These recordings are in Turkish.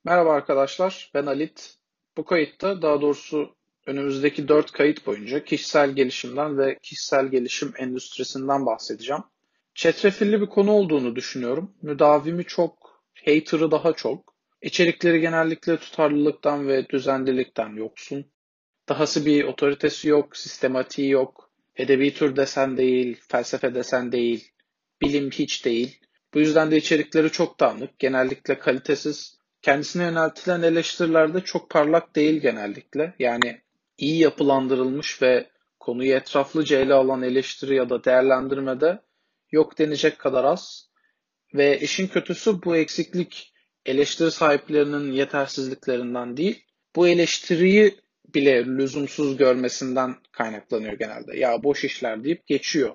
Merhaba arkadaşlar, ben Halit. Bu kayıtta, daha doğrusu önümüzdeki 4 kayıt boyunca kişisel gelişimden ve kişisel gelişim endüstrisinden bahsedeceğim. Çetrefilli bir konu olduğunu düşünüyorum. Müdavimi çok, hater'ı daha çok. İçerikleri genellikle tutarlılıktan ve düzenlilikten yoksun. Dahası bir otoritesi yok, sistematiği yok. Edebi tür desen değil, felsefe desen değil, bilim hiç değil. Bu yüzden de içerikleri çok dağınık, genellikle kalitesiz. Kendisine yöneltilen eleştiriler de çok parlak değil genellikle. Yani iyi yapılandırılmış ve konuyu etraflıca ele alan eleştiri ya da değerlendirmede yok denecek kadar az. Ve işin kötüsü bu eksiklik eleştiri sahiplerinin yetersizliklerinden değil, bu eleştiriyi bile lüzumsuz görmesinden kaynaklanıyor genelde. Ya boş işler deyip geçiyor.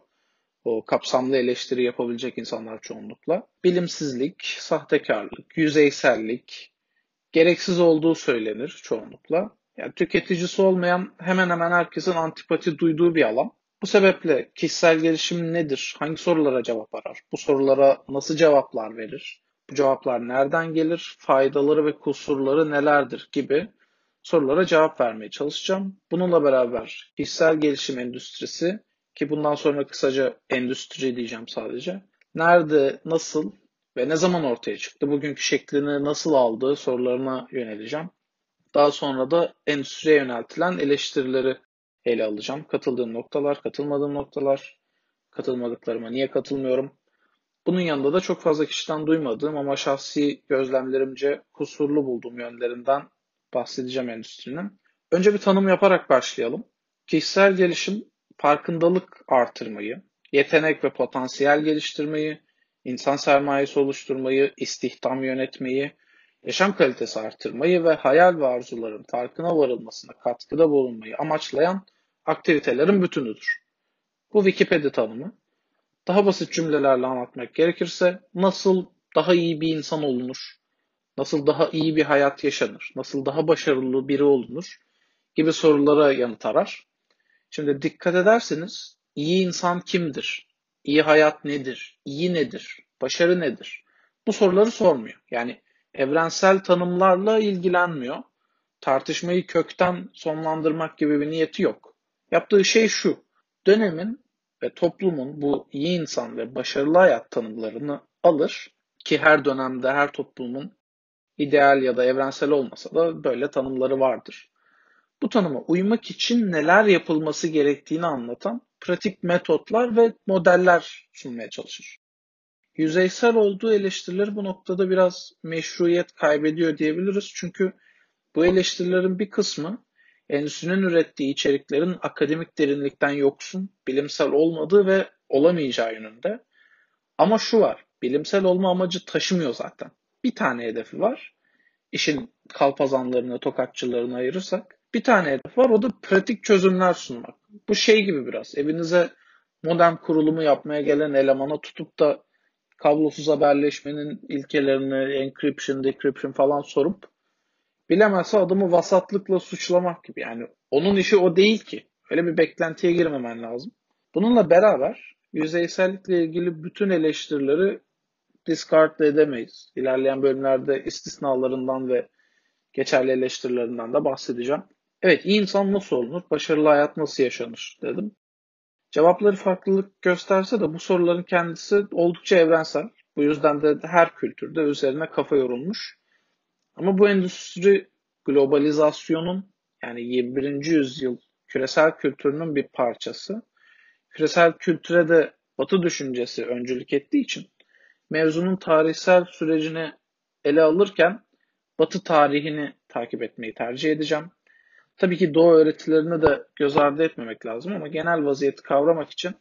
O kapsamlı eleştiri yapabilecek insanlar çoğunlukla. Bilimsizlik, sahtekarlık, yüzeysellik, gereksiz olduğu söylenir çoğunlukla. Yani tüketicisi olmayan hemen hemen herkesin antipati duyduğu bir alan. Bu sebeple kişisel gelişim nedir? Hangi sorulara cevap arar? Bu sorulara nasıl cevaplar verir? Bu cevaplar nereden gelir? Faydaları ve kusurları nelerdir? Gibi sorulara cevap vermeye çalışacağım. Bununla beraber kişisel gelişim endüstrisi, ki bundan sonra kısaca endüstri diyeceğim sadece, nerede, nasıl ve ne zaman ortaya çıktı, bugünkü şeklini nasıl aldığı sorularına yöneleceğim. Daha sonra da endüstriye yöneltilen eleştirileri ele alacağım. Katıldığım noktalar, katılmadığım noktalar, katılmadıklarıma niye katılmıyorum. Bunun yanında da çok fazla kişiden duymadığım ama şahsi gözlemlerimce kusurlu bulduğum yönlerinden bahsedeceğim endüstrinin. Önce bir tanım yaparak başlayalım. Kişisel gelişim, farkındalık artırmayı, yetenek ve potansiyel geliştirmeyi, insan sermayesi oluşturmayı, istihdam yönetmeyi, yaşam kalitesi artırmayı ve hayal ve arzuların farkına varılmasına katkıda bulunmayı amaçlayan aktivitelerin bütünüdür. Bu Wikipedia tanımı. Daha basit cümlelerle anlatmak gerekirse nasıl daha iyi bir insan olunur, nasıl daha iyi bir hayat yaşanır, nasıl daha başarılı biri olunur gibi sorulara yanıt arar. Şimdi dikkat ederseniz iyi insan kimdir? İyi hayat nedir? İyi nedir? Başarı nedir? Bu soruları sormuyor. Yani evrensel tanımlarla ilgilenmiyor. Tartışmayı kökten sonlandırmak gibi bir niyeti yok. Yaptığı şey şu: dönemin ve toplumun bu iyi insan ve başarılı hayat tanımlarını alır, ki her dönemde her toplumun ideal ya da evrensel olmasa da böyle tanımları vardır. Bu tanıma uymak için neler yapılması gerektiğini anlatan pratik metotlar ve modeller sunmaya çalışır. Yüzeysel olduğu eleştirileri bu noktada biraz meşruiyet kaybediyor diyebiliriz. Çünkü bu eleştirilerin bir kısmı endüstrinin ürettiği içeriklerin akademik derinlikten yoksun, bilimsel olmadığı ve olamayacağı yönünde. Ama şu var, bilimsel olma amacı taşımıyor zaten. Bir tane hedefi var. İşin kalpazanlarını, tokatçılarını ayırırsak. Bir tane hedef var, o da pratik çözümler sunmak. Bu şey gibi biraz, evinize modem kurulumu yapmaya gelen elemana tutup da kablosuz haberleşmenin ilkelerini, encryption, decryption falan sorup bilemezse adamı vasatlıkla suçlamak gibi. Yani onun işi o değil ki. Öyle bir beklentiye girmemen lazım. Bununla beraber yüzeysellikle ilgili bütün eleştirileri discard edemeyiz. İlerleyen bölümlerde istisnalarından ve geçerli eleştirilerinden de bahsedeceğim. Evet, iyi insan nasıl olunur? Başarılı hayat nasıl yaşanır dedim. Cevapları farklılık gösterse de bu soruların kendisi oldukça evrensel. Bu yüzden de her kültürde üzerine kafa yorulmuş. Ama bu endüstri globalizasyonun, yani 21. yüzyıl küresel kültürünün bir parçası. Küresel kültüre de Batı düşüncesi öncülük ettiği için mevzunun tarihsel sürecini ele alırken Batı tarihini takip etmeyi tercih edeceğim. Tabii ki Doğu öğretilerini de göz ardı etmemek lazım ama genel vaziyeti kavramak için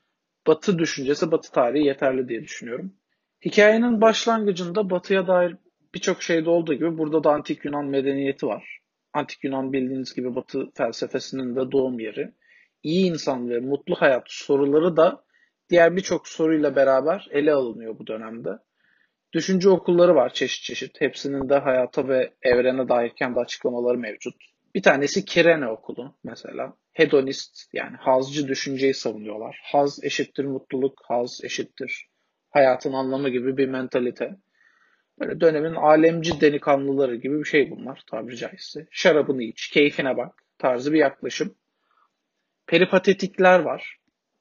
Batı düşüncesi, Batı tarihi yeterli diye düşünüyorum. Hikayenin başlangıcında Batı'ya dair birçok şeyde olduğu gibi burada da Antik Yunan medeniyeti var. Antik Yunan bildiğiniz gibi Batı felsefesinin de doğum yeri. İyi insan ve mutlu hayat soruları da diğer birçok soruyla beraber ele alınıyor bu dönemde. Düşünce okulları var çeşit çeşit. Hepsinin de hayata ve evrene dair kendi açıklamaları mevcut. Bir tanesi Kirene okulu mesela. Hedonist, yani hazcı düşünceyi savunuyorlar. Haz eşittir mutluluk, haz eşittir hayatın anlamı gibi bir mentalite. Böyle dönemin alemci delikanlıları gibi bir şey bunlar tabiri caizse. Şarabını iç, keyfine bak tarzı bir yaklaşım. Peripatetikler var.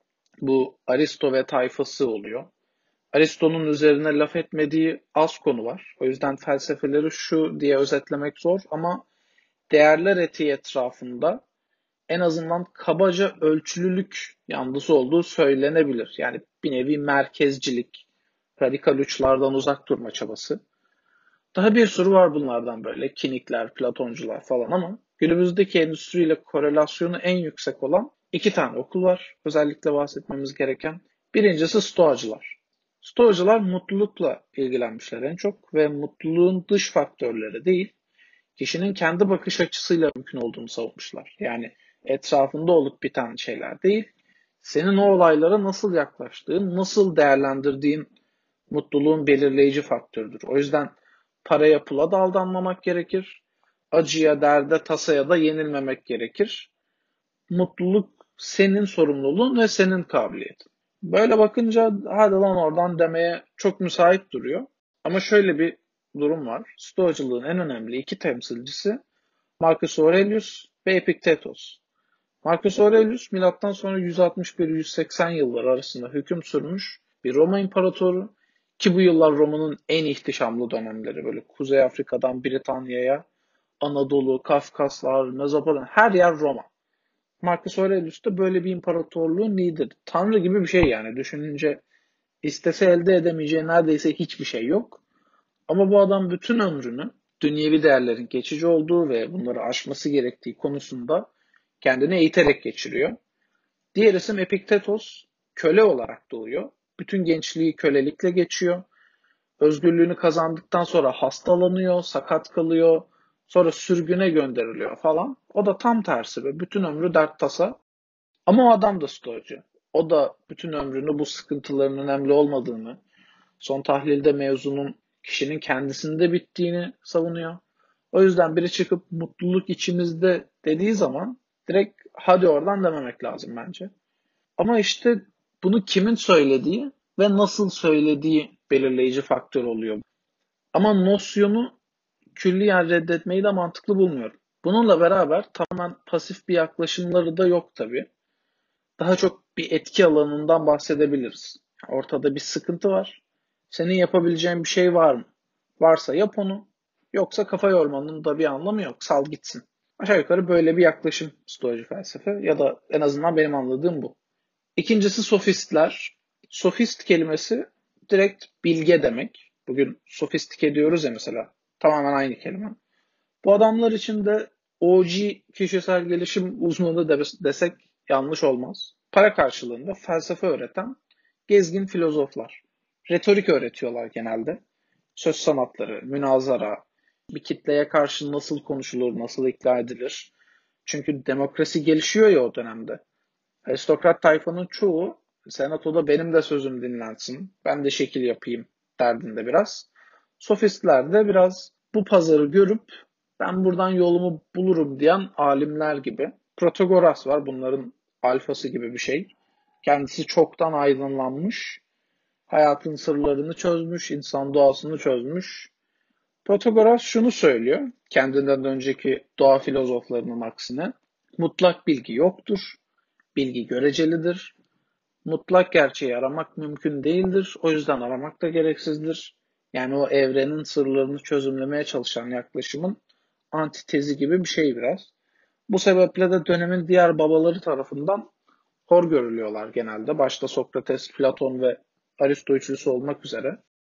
Bu Aristo ve tayfası oluyor. Aristo'nun üzerine laf etmediği az konu var. O yüzden felsefeleri şu diye özetlemek zor ama değerler etiği etrafında en azından kabaca ölçülülük yanlısı olduğu söylenebilir. Yani bir nevi merkezcilik, radikal uçlardan uzak durma çabası. Daha bir sürü var bunlardan böyle. Kinikler, Platoncular falan ama günümüzdeki endüstriyle korelasyonu en yüksek olan iki tane okul var. Özellikle bahsetmemiz gereken. Birincisi Stoacılar. Stoacılar mutlulukla ilgilenmişler en çok ve mutluluğun dış faktörleri değil, kişinin kendi bakış açısıyla mümkün olduğunu savunmuşlar. Yani etrafında olup biten şeyler değil, senin o olaylara nasıl yaklaştığın, nasıl değerlendirdiğin mutluluğun belirleyici faktörüdür. O yüzden paraya pula da aldanmamak gerekir. Acıya, derde, tasaya da yenilmemek gerekir. Mutluluk senin sorumluluğun ve senin kabiliyetin. Böyle bakınca hadi lan oradan demeye çok müsait duruyor. Ama şöyle bir durum var. Stoacılığın en önemli iki temsilcisi Marcus Aurelius ve Epiktetos. Marcus Aurelius milattan sonra 161-180 yılları arasında hüküm sürmüş bir Roma imparatoru ki bu yıllar Roma'nın en ihtişamlı dönemleri. Böyle Kuzey Afrika'dan Britanya'ya, Anadolu, Kafkaslar, Mezopotamya her yer Roma. Marcus Aurelius da böyle bir imparatorluğun lideri. Tanrı gibi bir şey yani düşününce istese elde edemeyeceği neredeyse hiçbir şey yok. Ama bu adam bütün ömrünü dünyevi değerlerin geçici olduğu ve bunları aşması gerektiği konusunda kendini eğiterek geçiriyor. Diğer isim Epiktetos, köle olarak doğuyor. Bütün gençliği kölelikle geçiyor. Özgürlüğünü kazandıktan sonra hastalanıyor, sakat kalıyor. Sonra sürgüne gönderiliyor falan. O da tam tersi ve bütün ömrü dert tasa. Ama o adam da stoacı. O da bütün ömrünü bu sıkıntıların önemli olmadığını, son tahlilde mevzunun kişinin kendisinde bittiğini savunuyor. O yüzden biri çıkıp mutluluk içimizde dediği zaman direkt hadi oradan dememek lazım bence. Ama işte bunu kimin söylediği ve nasıl söylediği belirleyici faktör oluyor. Ama nosyonu külliyen reddetmeyi de mantıklı bulmuyorum. Bununla beraber tamamen pasif bir yaklaşımları da yok tabii. Daha çok bir etki alanından bahsedebiliriz. Ortada bir sıkıntı var. Senin yapabileceğin bir şey var mı? Varsa yap onu. Yoksa kafa yormanın da bir anlamı yok. Sal gitsin. Aşağı yukarı böyle bir yaklaşım Stoacı felsefe ya da en azından benim anladığım bu. İkincisi sofistler. Sofist kelimesi direkt bilge demek. Bugün sofistike diyoruz ya mesela. Tamamen aynı kelime. Bu adamlar için de OG kişisel gelişim uzmanı desek yanlış olmaz. Para karşılığında felsefe öğreten gezgin filozoflar. Retorik öğretiyorlar genelde. Söz sanatları, münazara, bir kitleye karşı nasıl konuşulur, nasıl ikna edilir. Çünkü demokrasi gelişiyor ya o dönemde. Aristokrat tayfanın çoğu senatoda benim de sözüm dinlensin, ben de şekil yapayım derdinde biraz. Sofistler de biraz bu pazarı görüp ben buradan yolumu bulurum diyen alimler gibi. Protagoras var bunların alfası gibi bir şey. Kendisi çoktan aydınlanmış, hayatın sırlarını çözmüş, insan doğasını çözmüş. Protagoras şunu söylüyor, kendinden önceki doğa filozoflarının aksine. Mutlak bilgi yoktur, bilgi görecelidir. Mutlak gerçeği aramak mümkün değildir. O yüzden aramak da gereksizdir. Yani o evrenin sırlarını çözümlemeye çalışan yaklaşımın antitezi gibi bir şey biraz. Bu sebeple de dönemin diğer babaları tarafından hor görülüyorlar genelde. Başta Sokrates, Platon ve Aristo üçlüsü olmak üzere.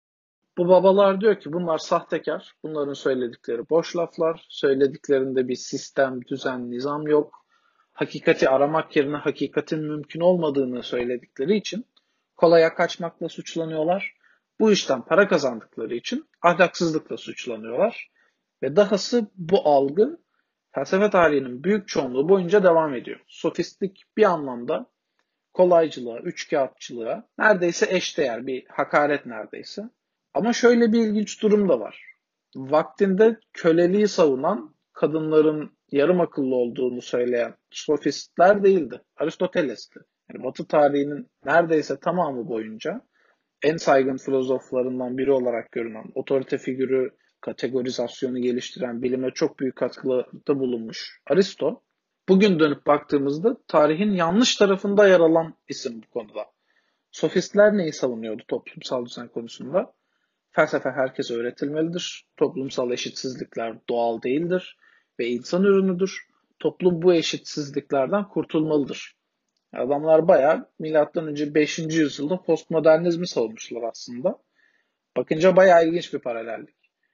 Bu babalar diyor ki bunlar sahtekar, bunların söyledikleri boş laflar, söylediklerinde bir sistem, düzen, nizam yok. Hakikati aramak yerine hakikatin mümkün olmadığını söyledikleri için kolaya kaçmakla suçlanıyorlar. Bu işten para kazandıkları için ahlaksızlıkla suçlanıyorlar. Ve dahası bu algı felsefe tarihinin büyük çoğunluğu boyunca devam ediyor. Sofistlik bir anlamda kolaycılığa, üçkağıtçılığa neredeyse eşdeğer bir hakaret neredeyse. Ama şöyle bir ilginç durum da var. Vaktinde köleliği savunan kadınların yarım akıllı olduğunu söyleyen sofistler değildi. Aristoteles'ti. Yani Batı tarihinin neredeyse tamamı boyunca en saygın filozoflarından biri olarak görünen, otorite figürü kategorizasyonu geliştiren, bilime çok büyük katkıda bulunmuş Aristo, bugün dönüp baktığımızda tarihin yanlış tarafında yer alan isim bu konuda. Sofistler neyi savunuyordu toplumsal düzen konusunda? Felsefe herkese öğretilmelidir. Toplumsal eşitsizlikler doğal değildir ve insan ürünüdür. Toplum bu eşitsizliklerden kurtulmalıdır. Adamlar bayağı milattan önce 5. yüzyılda postmodernizmi savunmuşlar aslında. Bakınca bayağı ilginç bir paralellik.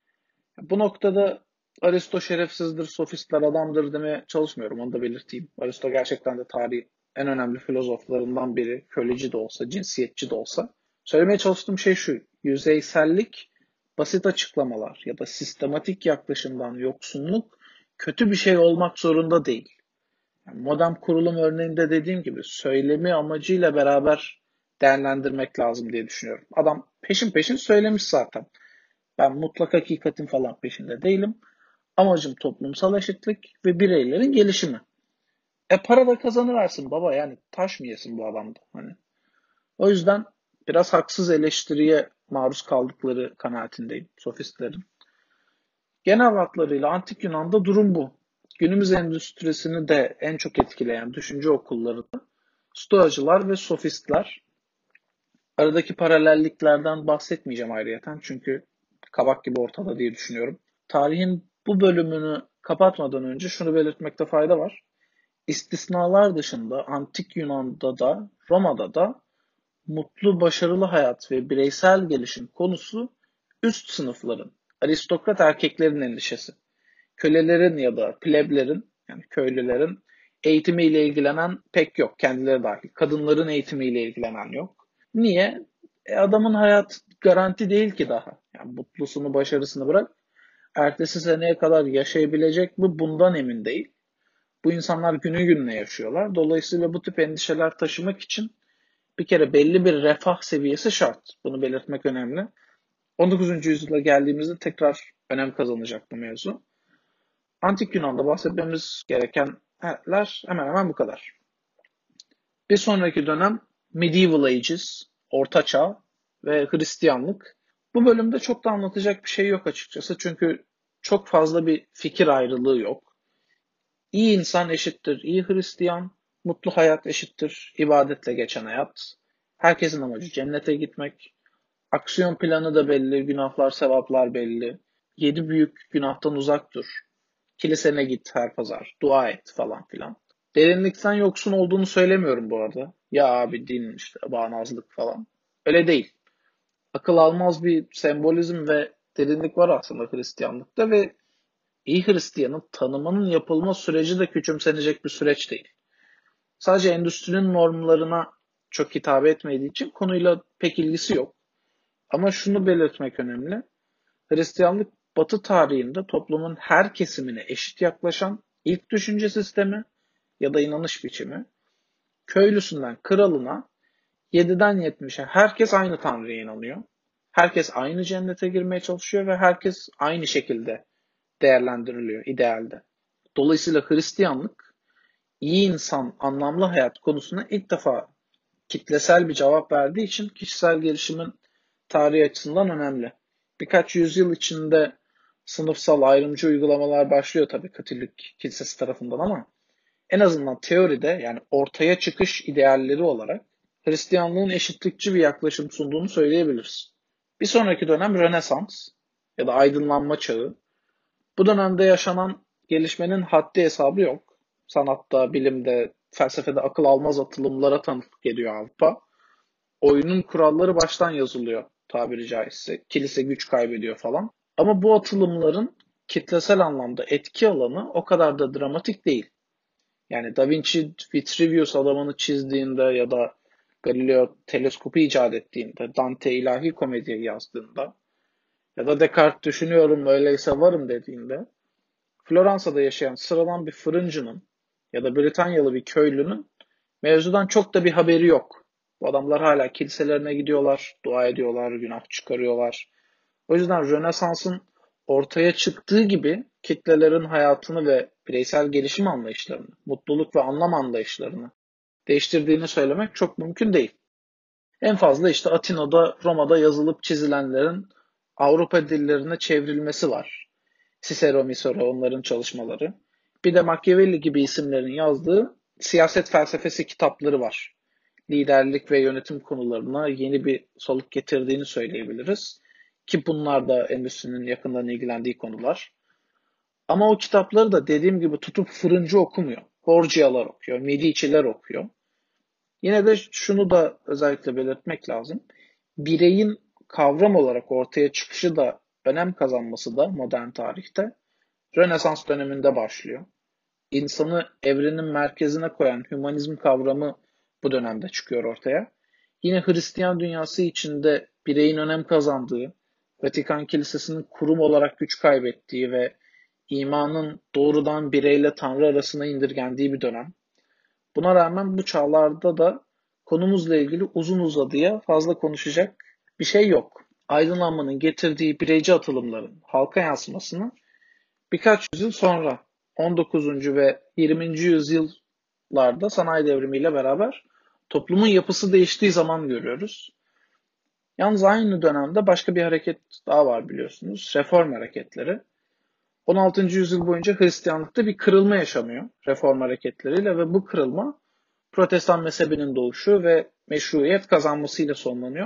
Bu noktada Aristo şerefsizdir, sofistler adamdır demeye çalışmıyorum. Onu da belirteyim. Aristo gerçekten de tarihin en önemli filozoflarından biri. Köleci de olsa, cinsiyetçi de olsa. Söylemeye çalıştığım şey şu. Yüzeysellik, basit açıklamalar ya da sistematik yaklaşımdan yoksunluk kötü bir şey olmak zorunda değil. Yani modern kurulum örneğinde dediğim gibi söylemi amacıyla beraber değerlendirmek lazım diye düşünüyorum. Adam peşin peşin söylemiş zaten. Ben mutlak hakikatin falan peşinde değilim. Amacım toplumsal eşitlik ve bireylerin gelişimi. Para da kazanıversin baba, yani taş mı yesin bu adam da? Hani. O yüzden biraz haksız eleştiriye maruz kaldıkları kanaatindeyim sofistlerin. Genel hatlarıyla Antik Yunan'da durum bu. Günümüz endüstrisini de en çok etkileyen düşünce okulları da Stoacılar ve Sofistler. Aradaki paralelliklerden bahsetmeyeceğim ayrıyeten çünkü kabak gibi ortada diye düşünüyorum. Tarihin bu bölümünü kapatmadan önce şunu belirtmekte fayda var. İstisnalar dışında Antik Yunan'da da Roma'da da mutlu, başarılı hayat ve bireysel gelişim konusu üst sınıfların, aristokrat erkeklerin endişesi. Kölelerin ya da pleblerin, yani köylülerin eğitimiyle ilgilenen pek yok, kendileri dahil. Kadınların eğitimiyle ilgilenen yok. Niye? Adamın hayat garanti değil ki daha. Yani mutlusunu, başarısını bırak. Ertesi seneye kadar yaşayabilecek mi bundan emin değil. Bu insanlar günü gününe yaşıyorlar. Dolayısıyla bu tip endişeler taşımak için bir kere belli bir refah seviyesi şart. Bunu belirtmek önemli. 19. yüzyıla geldiğimizde tekrar önem kazanacak bu mevzu. Antik Yunan'da bahsetmemiz gerekenler hemen hemen bu kadar. Bir sonraki dönem Medieval Ages, Orta Çağ ve Hristiyanlık. Bu bölümde çok da anlatacak bir şey yok açıkçası. Çünkü çok fazla bir fikir ayrılığı yok. İyi insan eşittir iyi Hristiyan, mutlu hayat eşittir ibadetle geçen hayat. Herkesin amacı cennete gitmek. Aksiyon planı da belli, günahlar, sevaplar belli. 7 büyük günahtan uzak dur. Kilisene git her pazar, dua et falan filan. Derinlikten yoksun olduğunu söylemiyorum bu arada. Ya abi din işte, bağnazlık falan. Öyle değil. Akıl almaz bir sembolizm ve derinlik var aslında Hristiyanlıkta ve iyi Hristiyanın tanımının yapılma süreci de küçümsenecek bir süreç değil. Sadece endüstrinin normlarına çok hitap etmediği için konuyla pek ilgisi yok. Ama şunu belirtmek önemli. Hristiyanlık Batı tarihinde toplumun her kesimine eşit yaklaşan ilk düşünce sistemi ya da inanış biçimi. Köylüsünden kralına 7'den 70'e herkes aynı Tanrı'ya inanıyor. Herkes aynı cennete girmeye çalışıyor ve herkes aynı şekilde değerlendiriliyor idealde. Dolayısıyla Hristiyanlık iyi insan, anlamlı hayat konusuna ilk defa kitlesel bir cevap verdiği için kişisel gelişimin tarihi açısından önemli. Birkaç yüzyıl içinde sınıfsal ayrımcı uygulamalar başlıyor tabii Katolik kilisesi tarafından ama en azından teoride, yani ortaya çıkış idealleri olarak Hristiyanlığın eşitlikçi bir yaklaşım sunduğunu söyleyebiliriz. Bir sonraki dönem Rönesans ya da aydınlanma çağı. Bu dönemde yaşanan gelişmenin haddi hesabı yok. Sanatta, bilimde, felsefede akıl almaz atılımlara tanıklık ediyor Avrupa. Oyunun kuralları baştan yazılıyor tabiri caizse. Kilise güç kaybediyor falan. Ama bu atılımların kitlesel anlamda etki alanı o kadar da dramatik değil. Yani Da Vinci Vitruvius adamını çizdiğinde ya da Galileo teleskopu icat ettiğinde, Dante İlahi Komedi'yi yazdığında ya da Descartes düşünüyorum öyleyse varım dediğinde Floransa'da yaşayan sıradan bir fırıncının ya da Britanyalı bir köylünün mevzudan çok da bir haberi yok. Bu adamlar hala kiliselerine gidiyorlar, dua ediyorlar, günah çıkarıyorlar. O yüzden Rönesans'ın ortaya çıktığı gibi kitlelerin hayatını ve bireysel gelişim anlayışlarını, mutluluk ve anlam anlayışlarını değiştirdiğini söylemek çok mümkün değil. En fazla işte Atina'da, Roma'da yazılıp çizilenlerin Avrupa dillerine çevrilmesi var. Cicero, onların çalışmaları. Bir de Machiavelli gibi isimlerin yazdığı siyaset felsefesi kitapları var. Liderlik ve yönetim konularına yeni bir soluk getirdiğini söyleyebiliriz. Ki bunlar da endüstrinin yakından ilgilendiği konular. Ama o kitapları da dediğim gibi tutup fırıncı okumuyor. Borgia'lar okuyor, Medici'ler okuyor. Yine de şunu da özellikle belirtmek lazım. Bireyin kavram olarak ortaya çıkışı da önem kazanması da modern tarihte Rönesans döneminde başlıyor. İnsanı evrenin merkezine koyan hümanizm kavramı bu dönemde çıkıyor ortaya. Yine Hristiyan dünyası içinde bireyin önem kazandığı, Vatikan Kilisesi'nin kurum olarak güç kaybettiği ve imanın doğrudan bireyle Tanrı arasına indirgendiği bir dönem. Buna rağmen bu çağlarda da konumuzla ilgili uzun uzadıya fazla konuşacak bir şey yok. Aydınlanmanın getirdiği bireyci atılımların halka yansımasını birkaç yüzyıl sonra 19. ve 20. yüzyıllarda sanayi devrimiyle beraber toplumun yapısı değiştiği zaman görüyoruz. Yalnız aynı dönemde başka bir hareket daha var biliyorsunuz. Reform hareketleri. 16. yüzyıl boyunca Hristiyanlıkta bir kırılma yaşanıyor reform hareketleriyle ve bu kırılma Protestan mezhebinin doğuşu ve meşruiyet kazanmasıyla sonlanıyor.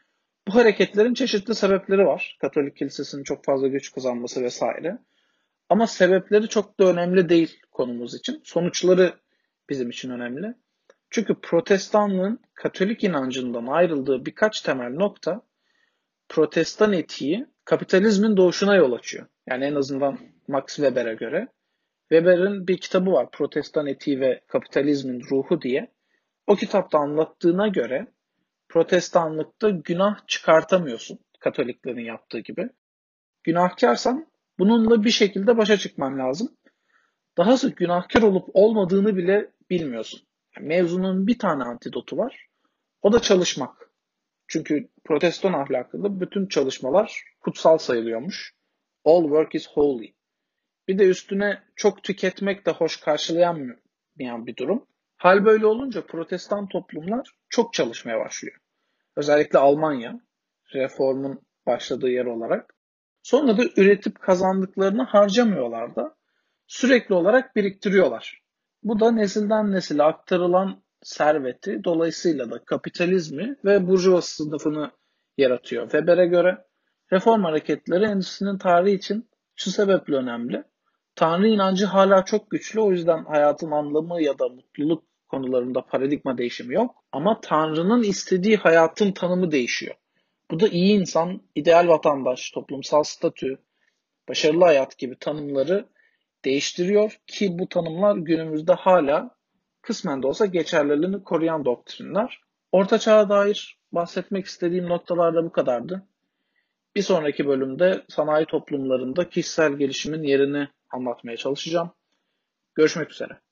Bu hareketlerin çeşitli sebepleri var. Katolik kilisesinin çok fazla güç kazanması vesaire. Ama sebepleri çok da önemli değil konumuz için. Sonuçları bizim için önemli. Çünkü Protestanlığın Katolik inancından ayrıldığı birkaç temel nokta Protestan etiği kapitalizmin doğuşuna yol açıyor. Yani en azından Max Weber'e göre. Weber'in bir kitabı var Protestan etiği ve kapitalizmin ruhu diye. O kitapta anlattığına göre Protestanlıkta günah çıkartamıyorsun Katoliklerin yaptığı gibi. Günahkarsan bununla bir şekilde başa çıkman lazım. Dahası günahkar olup olmadığını bile bilmiyorsun. Yani mevzunun bir tane antidotu var. O da çalışmak. Çünkü Protestan ahlakında bütün çalışmalar kutsal sayılıyormuş. All work is holy. Bir de üstüne çok tüketmek de hoş karşılayanmayan bir durum. Hal böyle olunca Protestan toplumlar çok çalışmaya başlıyor. Özellikle Almanya, reformun başladığı yer olarak. Sonra da üretip kazandıklarını harcamıyorlar da sürekli olarak biriktiriyorlar. Bu da nesilden nesile aktarılan serveti, dolayısıyla da kapitalizmi ve burjuva sınıfını yaratıyor. Weber'e göre reform hareketleri endüstrinin tarihi için şu sebeple önemli. Tanrı inancı hala çok güçlü, o yüzden hayatın anlamı ya da mutluluk konularında paradigma değişimi yok. Ama Tanrı'nın istediği hayatın tanımı değişiyor. Bu da iyi insan, ideal vatandaş, toplumsal statü, başarılı hayat gibi tanımları değiştiriyor ki bu tanımlar günümüzde hala kısmen de olsa geçerliliğini koruyan doktrinler. Orta Çağ'a dair bahsetmek istediğim noktalar da bu kadardı. Bir sonraki bölümde sanayi toplumlarında kişisel gelişimin yerini anlatmaya çalışacağım. Görüşmek üzere.